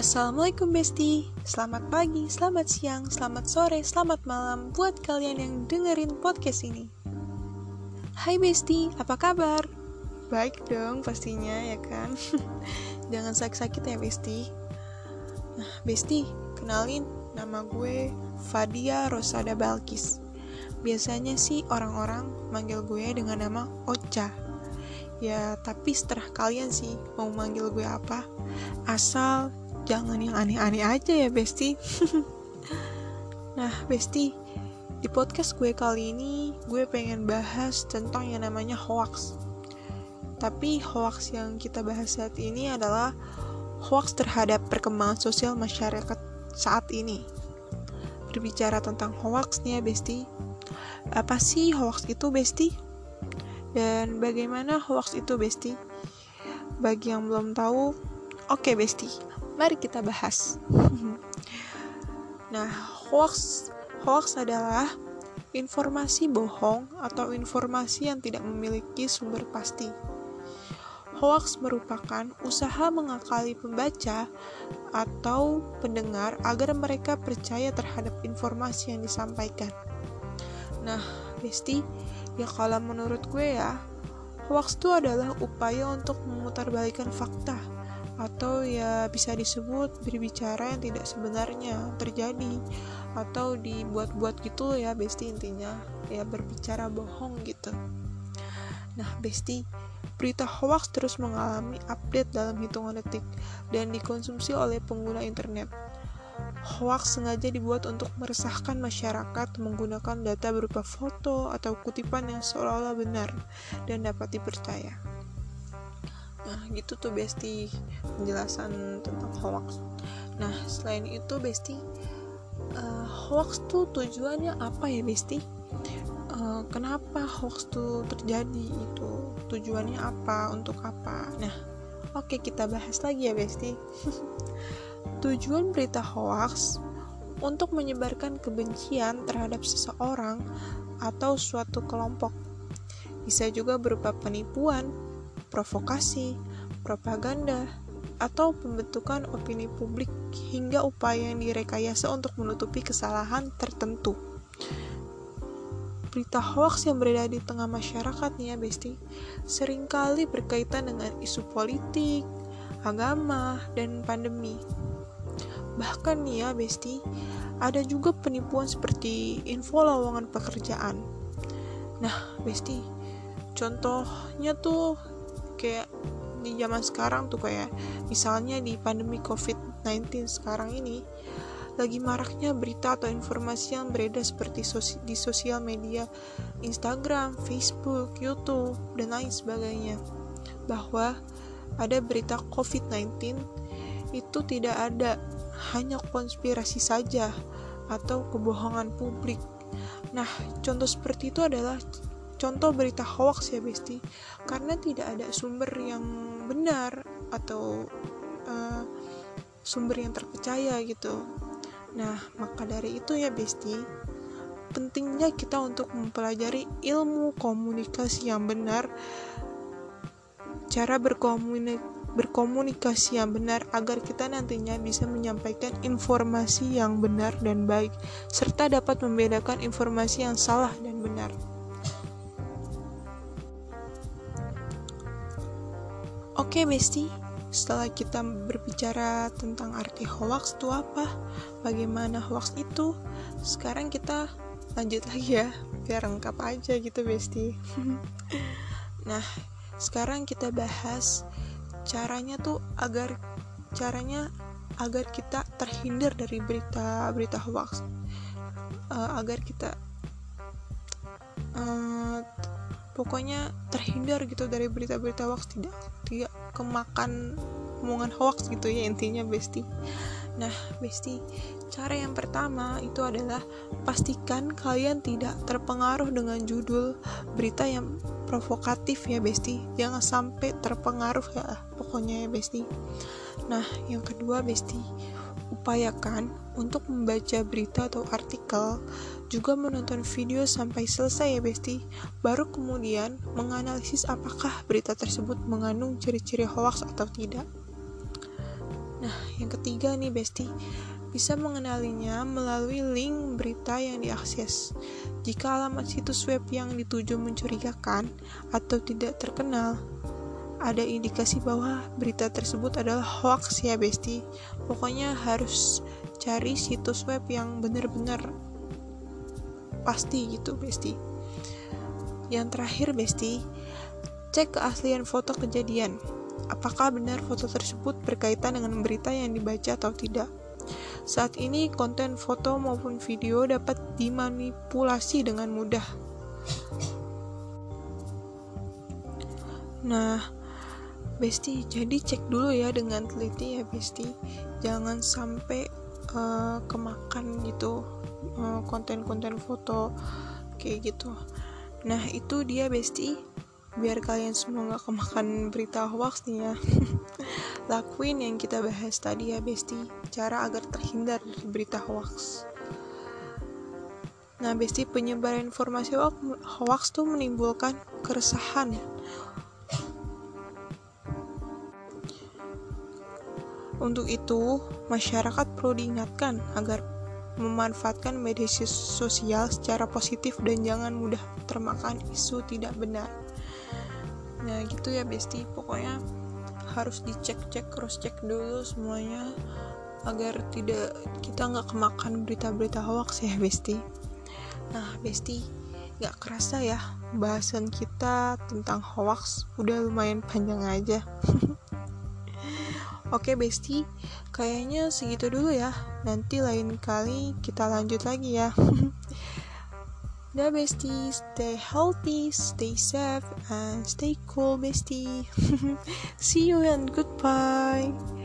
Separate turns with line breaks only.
Assalamualaikum Besti. Selamat pagi, selamat siang, selamat sore, selamat malam buat kalian yang dengerin podcast ini. Hai Besti, apa kabar? Baik dong pastinya ya kan. Jangan sakit-sakit ya Besti. Nah Besti, kenalin, nama gue Fadia Rosada Balkis. Biasanya sih orang-orang manggil gue dengan nama Ocha. Ya tapi seterah kalian sih mau manggil gue apa, asal jangan yang aneh-aneh aja ya Besti. Nah Besti, di podcast gue kali ini gue pengen bahas tentang yang namanya hoax. Tapi hoax yang kita bahas saat ini adalah hoax terhadap perkembangan sosial masyarakat saat ini. Berbicara tentang hoax nih ya Besti, apa sih hoax itu Besti? Dan bagaimana hoax itu Besti? Bagi yang belum tahu, oke Besti, mari kita bahas. Nah, hoax adalah informasi bohong atau informasi yang tidak memiliki sumber pasti. Hoax merupakan usaha mengakali pembaca atau pendengar agar mereka percaya terhadap informasi yang disampaikan. Nah, Besti, ya kalau menurut gue ya, hoax itu adalah upaya untuk memutarbalikkan fakta atau ya bisa disebut berbicara yang tidak sebenarnya terjadi atau dibuat-buat gitu ya Besti, intinya ya berbicara bohong gitu. Nah Besti, berita hoax terus mengalami update dalam hitungan detik dan dikonsumsi oleh pengguna internet. Hoax sengaja dibuat untuk meresahkan masyarakat menggunakan data berupa foto atau kutipan yang seolah-olah benar dan dapat dipercaya. Nah gitu tuh Besti penjelasan tentang hoax. Nah selain itu Besti, hoax tuh tujuannya apa ya Besti? Kenapa hoax tuh terjadi, itu tujuannya apa, untuk apa? Nah oke, kita bahas lagi ya Besti. Tujuan berita hoax untuk menyebarkan kebencian terhadap seseorang atau suatu kelompok. Bisa juga berupa penipuan, provokasi, propaganda, atau pembentukan opini publik hingga upaya yang direkayasa untuk menutupi kesalahan tertentu. Berita hoax yang beredar di tengah masyarakat nih ya Besti, seringkali berkaitan dengan isu politik, agama, dan pandemi. Bahkan nih ya Besti, ada juga penipuan seperti info lowongan pekerjaan. Nah Besti, contohnya tuh kayak di zaman sekarang tuh, kayak misalnya di pandemi COVID-19 sekarang ini, lagi maraknya berita atau informasi yang beredar seperti di sosial media Instagram, Facebook, YouTube, dan lain sebagainya, bahwa ada berita COVID-19 itu tidak ada, hanya konspirasi saja atau kebohongan publik. Nah, contoh seperti itu adalah contoh berita hoax ya Besti, karena tidak ada sumber yang benar atau sumber yang terpercaya gitu. Nah, maka dari itu ya Besti, pentingnya kita untuk mempelajari ilmu komunikasi yang benar, cara berkomunikasi yang benar agar kita nantinya bisa menyampaikan informasi yang benar dan baik, serta dapat membedakan informasi yang salah dan benar. Oke Besti, setelah kita berbicara tentang arti hoax itu apa, bagaimana hoax itu, sekarang kita lanjut lagi ya, biar lengkap aja gitu Besti. Nah, sekarang kita bahas caranya agar kita terhindar dari berita hoax, agar kita pokoknya terhindar gitu dari berita-berita hoax, tidak kemakan omongan hoax gitu ya intinya Besti. Nah Besti, cara yang pertama itu adalah pastikan kalian tidak terpengaruh dengan judul berita yang provokatif ya Besti, jangan sampai terpengaruh ya pokoknya ya Besti. Nah yang kedua Besti, upayakan untuk membaca berita atau artikel, juga menonton video sampai selesai ya Besti, baru kemudian menganalisis apakah berita tersebut mengandung ciri-ciri hoax atau tidak. Nah, yang ketiga nih Besti, bisa mengenalinya melalui link berita yang diakses. Jika alamat situs web yang dituju mencurigakan atau tidak terkenal, ada indikasi bahwa berita tersebut adalah hoax ya Besti. Pokoknya harus cari situs web yang benar-benar pasti gitu Besti. Yang terakhir Besti, cek keaslian foto kejadian. Apakah benar foto tersebut berkaitan dengan berita yang dibaca atau tidak? Saat ini konten foto maupun video dapat dimanipulasi dengan mudah. Nah, Besti, jadi cek dulu ya dengan teliti ya Besti. Jangan sampai kemakan gitu konten-konten foto kayak gitu. Nah, itu dia Besti. Biar kalian semua gak kemakan berita hoax nih ya. Lakuin yang kita bahas tadi ya Besti, cara agar terhindar dari berita hoax. Nah Besti, penyebaran informasi hoax tuh menimbulkan keresahan. Untuk itu, masyarakat perlu diingatkan agar memanfaatkan media sosial secara positif dan jangan mudah termakan isu tidak benar. Nah gitu ya Besti, pokoknya harus dicek-cek, cross-check dulu semuanya agar kita nggak kemakan berita-berita hoax ya Besti. Nah Besti, nggak kerasa ya bahasan kita tentang hoax udah lumayan panjang aja. Oke Besti, kayaknya segitu dulu ya. Nanti lain kali kita lanjut lagi ya. Dah Besti, stay healthy, stay safe, and stay cool Besti. See you and goodbye.